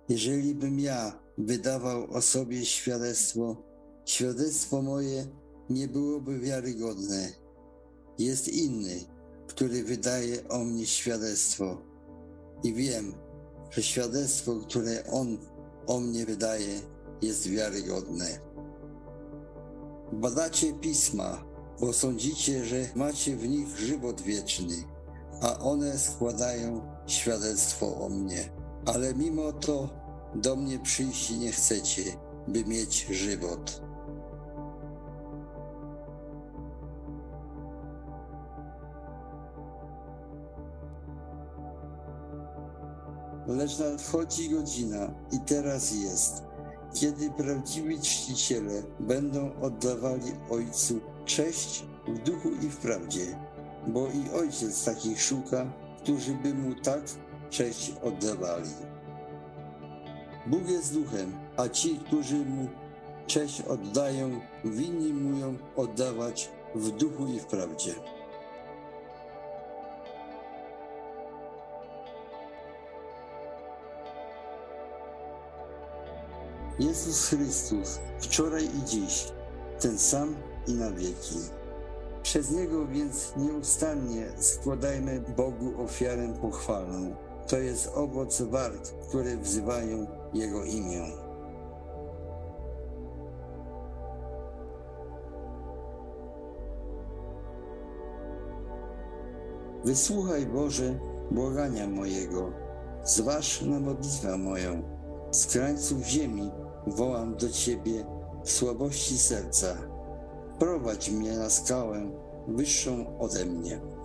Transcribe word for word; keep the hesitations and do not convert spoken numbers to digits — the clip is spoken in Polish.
Jeżeli bym ja wydawał o sobie świadectwo, świadectwo moje nie byłoby wiarygodne. Jest inny, który wydaje o mnie świadectwo. I wiem, że świadectwo, które on o mnie wydaje, jest wiarygodne. Badacie pisma, bo sądzicie, że macie w nich żywot wieczny, a one składają świadectwo o mnie. Ale mimo to do mnie przyjść nie chcecie, by mieć żywot. Lecz nadchodzi godzina i teraz jest, kiedy prawdziwi czciciele będą oddawali Ojcu cześć w duchu i w prawdzie, bo i Ojciec takich szuka, którzy by Mu tak cześć oddawali. Bóg jest duchem, a ci, którzy Mu cześć oddają, winni Mu ją oddawać w duchu i w prawdzie. Jezus Chrystus, wczoraj i dziś, ten sam i na wieki. Przez Niego więc nieustannie składajmy Bogu ofiarę pochwalną. To jest owoc warg, które wzywają Jego imię. Wysłuchaj, Boże, błagania mojego, zważ na modlitwę moją. Z krańców ziemi wołam do Ciebie w słabości serca. Prowadź mnie na skałę wyższą ode mnie.